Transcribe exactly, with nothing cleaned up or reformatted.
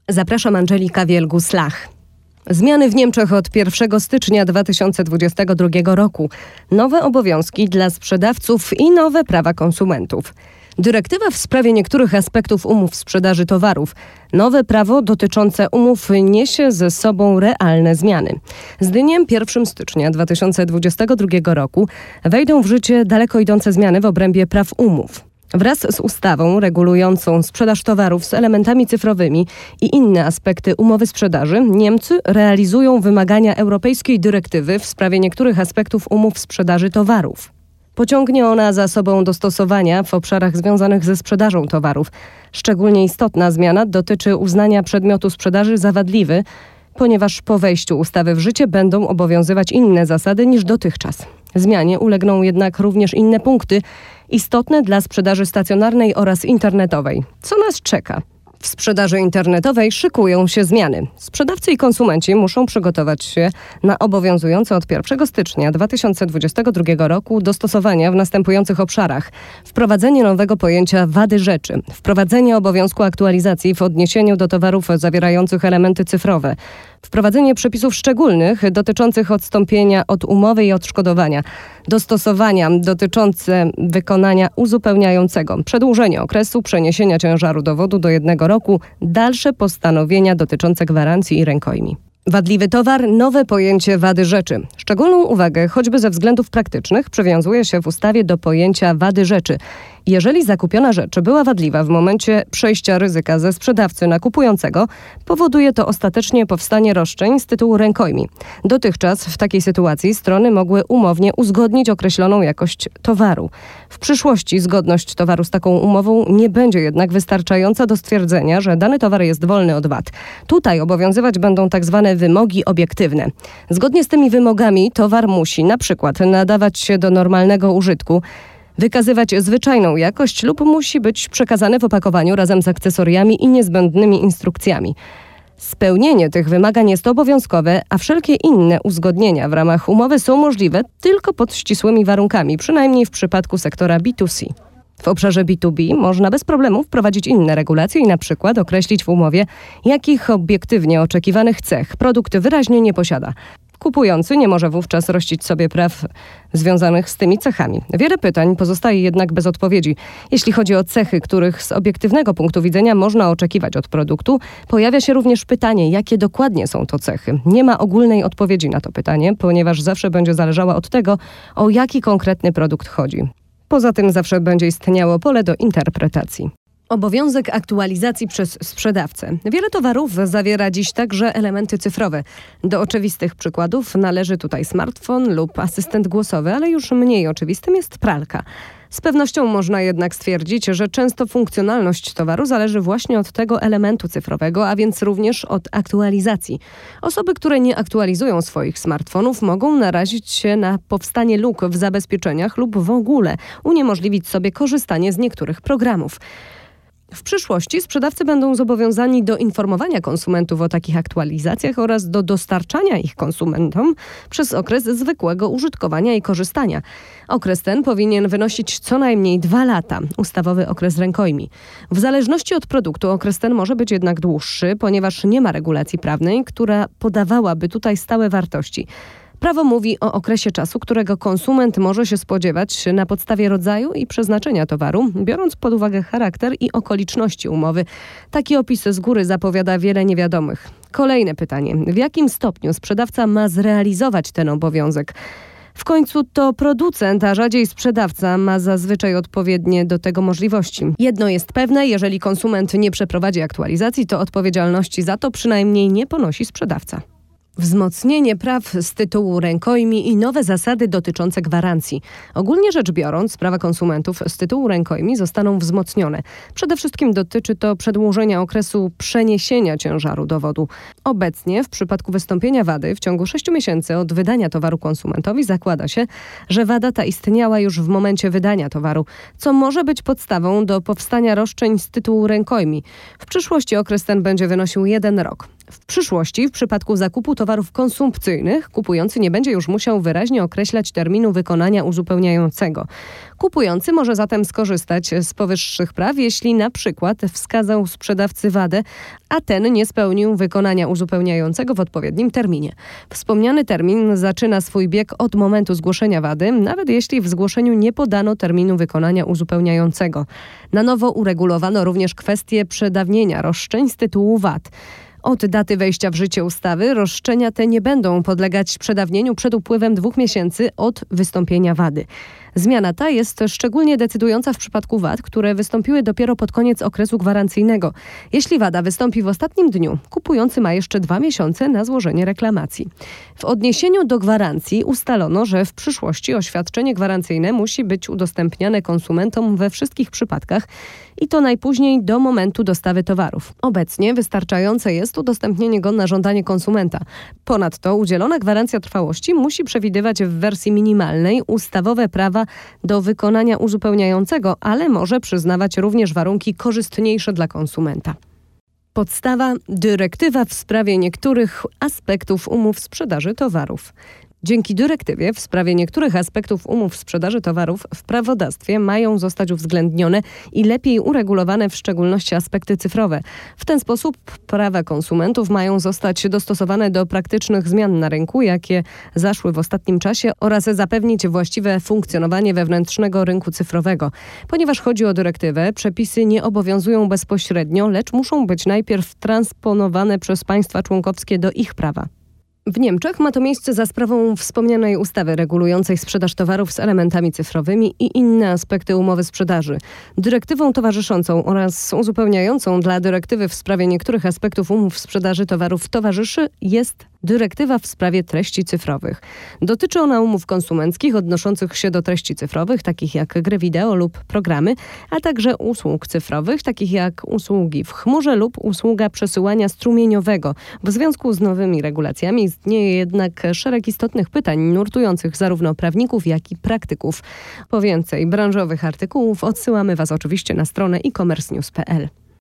Zapraszam, Angelika Wielgus-Lach. Zmiany w Niemczech od pierwszego stycznia dwa tysiące dwudziestego drugiego roku. Nowe obowiązki dla sprzedawców i nowe prawa konsumentów. Dyrektywa w sprawie niektórych aspektów umów sprzedaży towarów. Nowe prawo dotyczące umów niesie ze sobą realne zmiany. Z dniem pierwszego stycznia dwa tysiące dwudziestego drugiego roku wejdą w życie daleko idące zmiany w obrębie praw umów. Wraz z ustawą regulującą sprzedaż towarów z elementami cyfrowymi i inne aspekty umowy sprzedaży, Niemcy realizują wymagania europejskiej dyrektywy w sprawie niektórych aspektów umów sprzedaży towarów. Pociągnie ona za sobą dostosowania w obszarach związanych ze sprzedażą towarów. Szczególnie istotna zmiana dotyczy uznania przedmiotu sprzedaży za wadliwy, ponieważ po wejściu ustawy w życie będą obowiązywać inne zasady niż dotychczas. Zmianie ulegną jednak również inne punkty istotne dla sprzedaży stacjonarnej oraz internetowej. Co nas czeka? W sprzedaży internetowej szykują się zmiany. Sprzedawcy i konsumenci muszą przygotować się na obowiązujące od pierwszego stycznia dwa tysiące dwudziestego drugiego roku dostosowania w następujących obszarach. Wprowadzenie nowego pojęcia wady rzeczy. Wprowadzenie obowiązku aktualizacji w odniesieniu do towarów zawierających elementy cyfrowe. Wprowadzenie przepisów szczególnych dotyczących odstąpienia od umowy i odszkodowania. Dostosowania dotyczące wykonania uzupełniającego. Przedłużenie okresu przeniesienia ciężaru dowodu do jednego roku. Dalsze postanowienia dotyczące gwarancji i rękojmi. Wadliwy towar, nowe pojęcie wady rzeczy. Szczególną uwagę, choćby ze względów praktycznych, przywiązuje się w ustawie do pojęcia wady rzeczy. Jeżeli zakupiona rzecz była wadliwa w momencie przejścia ryzyka ze sprzedawcy na kupującego, powoduje to ostatecznie powstanie roszczeń z tytułu rękojmi. Dotychczas w takiej sytuacji strony mogły umownie uzgodnić określoną jakość towaru. W przyszłości zgodność towaru z taką umową nie będzie jednak wystarczająca do stwierdzenia, że dany towar jest wolny od wad. Tutaj obowiązywać będą tak zwane wymogi obiektywne. Zgodnie z tymi wymogami towar musi na przykład nadawać się do normalnego użytku, wykazywać zwyczajną jakość lub musi być przekazany w opakowaniu razem z akcesoriami i niezbędnymi instrukcjami. Spełnienie tych wymagań jest obowiązkowe, a wszelkie inne uzgodnienia w ramach umowy są możliwe tylko pod ścisłymi warunkami, przynajmniej w przypadku sektora B dwa C. W obszarze B dwa B można bez problemu wprowadzić inne regulacje i na przykład określić w umowie, jakich obiektywnie oczekiwanych cech produkt wyraźnie nie posiada. Kupujący nie może wówczas rościć sobie praw związanych z tymi cechami. Wiele pytań pozostaje jednak bez odpowiedzi. Jeśli chodzi o cechy, których z obiektywnego punktu widzenia można oczekiwać od produktu, pojawia się również pytanie, jakie dokładnie są to cechy. Nie ma ogólnej odpowiedzi na to pytanie, ponieważ zawsze będzie zależała od tego, o jaki konkretny produkt chodzi. Poza tym zawsze będzie istniało pole do interpretacji. Obowiązek aktualizacji przez sprzedawcę. Wiele towarów zawiera dziś także elementy cyfrowe. Do oczywistych przykładów należy tutaj smartfon lub asystent głosowy, ale już mniej oczywistym jest pralka. Z pewnością można jednak stwierdzić, że często funkcjonalność towaru zależy właśnie od tego elementu cyfrowego, a więc również od aktualizacji. Osoby, które nie aktualizują swoich smartfonów, mogą narazić się na powstanie luk w zabezpieczeniach lub w ogóle uniemożliwić sobie korzystanie z niektórych programów. W przyszłości sprzedawcy będą zobowiązani do informowania konsumentów o takich aktualizacjach oraz do dostarczania ich konsumentom przez okres zwykłego użytkowania i korzystania. Okres ten powinien wynosić co najmniej dwa lata, ustawowy okres rękojmi. W zależności od produktu okres ten może być jednak dłuższy, ponieważ nie ma regulacji prawnej, która podawałaby tutaj stałe wartości. Prawo mówi o okresie czasu, którego konsument może się spodziewać na podstawie rodzaju i przeznaczenia towaru, biorąc pod uwagę charakter i okoliczności umowy. Taki opis z góry zapowiada wiele niewiadomych. Kolejne pytanie. W jakim stopniu sprzedawca ma zrealizować ten obowiązek? W końcu to producent, a rzadziej sprzedawca ma zazwyczaj odpowiednie do tego możliwości. Jedno jest pewne, jeżeli konsument nie przeprowadzi aktualizacji, to odpowiedzialności za to przynajmniej nie ponosi sprzedawca. Wzmocnienie praw z tytułu rękojmi i nowe zasady dotyczące gwarancji. Ogólnie rzecz biorąc, prawa konsumentów z tytułu rękojmi zostaną wzmocnione. Przede wszystkim dotyczy to przedłużenia okresu przeniesienia ciężaru dowodu. Obecnie w przypadku wystąpienia wady w ciągu sześciu miesięcy od wydania towaru konsumentowi zakłada się, że wada ta istniała już w momencie wydania towaru, co może być podstawą do powstania roszczeń z tytułu rękojmi. W przyszłości okres ten będzie wynosił jeden rok. W przyszłości w przypadku zakupu towaru towarów konsumpcyjnych kupujący nie będzie już musiał wyraźnie określać terminu wykonania uzupełniającego. Kupujący może zatem skorzystać z powyższych praw, jeśli na przykład wskazał sprzedawcy wadę, a ten nie spełnił wykonania uzupełniającego w odpowiednim terminie. Wspomniany termin zaczyna swój bieg od momentu zgłoszenia wady, nawet jeśli w zgłoszeniu nie podano terminu wykonania uzupełniającego. Na nowo uregulowano również kwestię przedawnienia roszczeń z tytułu V A T. Od daty wejścia w życie ustawy roszczenia te nie będą podlegać przedawnieniu przed upływem dwóch miesięcy od wystąpienia wady. Zmiana ta jest szczególnie decydująca w przypadku wad, które wystąpiły dopiero pod koniec okresu gwarancyjnego. Jeśli wada wystąpi w ostatnim dniu, kupujący ma jeszcze dwa miesiące na złożenie reklamacji. W odniesieniu do gwarancji ustalono, że w przyszłości oświadczenie gwarancyjne musi być udostępniane konsumentom we wszystkich przypadkach i to najpóźniej do momentu dostawy towarów. Obecnie wystarczające jest udostępnienie go na żądanie konsumenta. Ponadto udzielona gwarancja trwałości musi przewidywać w wersji minimalnej ustawowe prawa do wykonania uzupełniającego, ale może przyznawać również warunki korzystniejsze dla konsumenta. Podstawa: dyrektywa w sprawie niektórych aspektów umów sprzedaży towarów. Dzięki dyrektywie w sprawie niektórych aspektów umów sprzedaży towarów w prawodawstwie mają zostać uwzględnione i lepiej uregulowane w szczególności aspekty cyfrowe. W ten sposób prawa konsumentów mają zostać dostosowane do praktycznych zmian na rynku, jakie zaszły w ostatnim czasie, oraz zapewnić właściwe funkcjonowanie wewnętrznego rynku cyfrowego. Ponieważ chodzi o dyrektywę, przepisy nie obowiązują bezpośrednio, lecz muszą być najpierw transponowane przez państwa członkowskie do ich prawa. W Niemczech ma to miejsce za sprawą wspomnianej ustawy regulującej sprzedaż towarów z elementami cyfrowymi i inne aspekty umowy sprzedaży. Dyrektywą towarzyszącą oraz uzupełniającą dla dyrektywy w sprawie niektórych aspektów umów sprzedaży towarów towarzyszy jest dyrektywa w sprawie treści cyfrowych. Dotyczy ona umów konsumenckich odnoszących się do treści cyfrowych, takich jak gry wideo lub programy, a także usług cyfrowych, takich jak usługi w chmurze lub usługa przesyłania strumieniowego. W związku z nowymi regulacjami istnieje jednak szereg istotnych pytań nurtujących zarówno prawników, jak i praktyków. Po więcej branżowych artykułów odsyłamy Was oczywiście na stronę e commerce news kropka p l.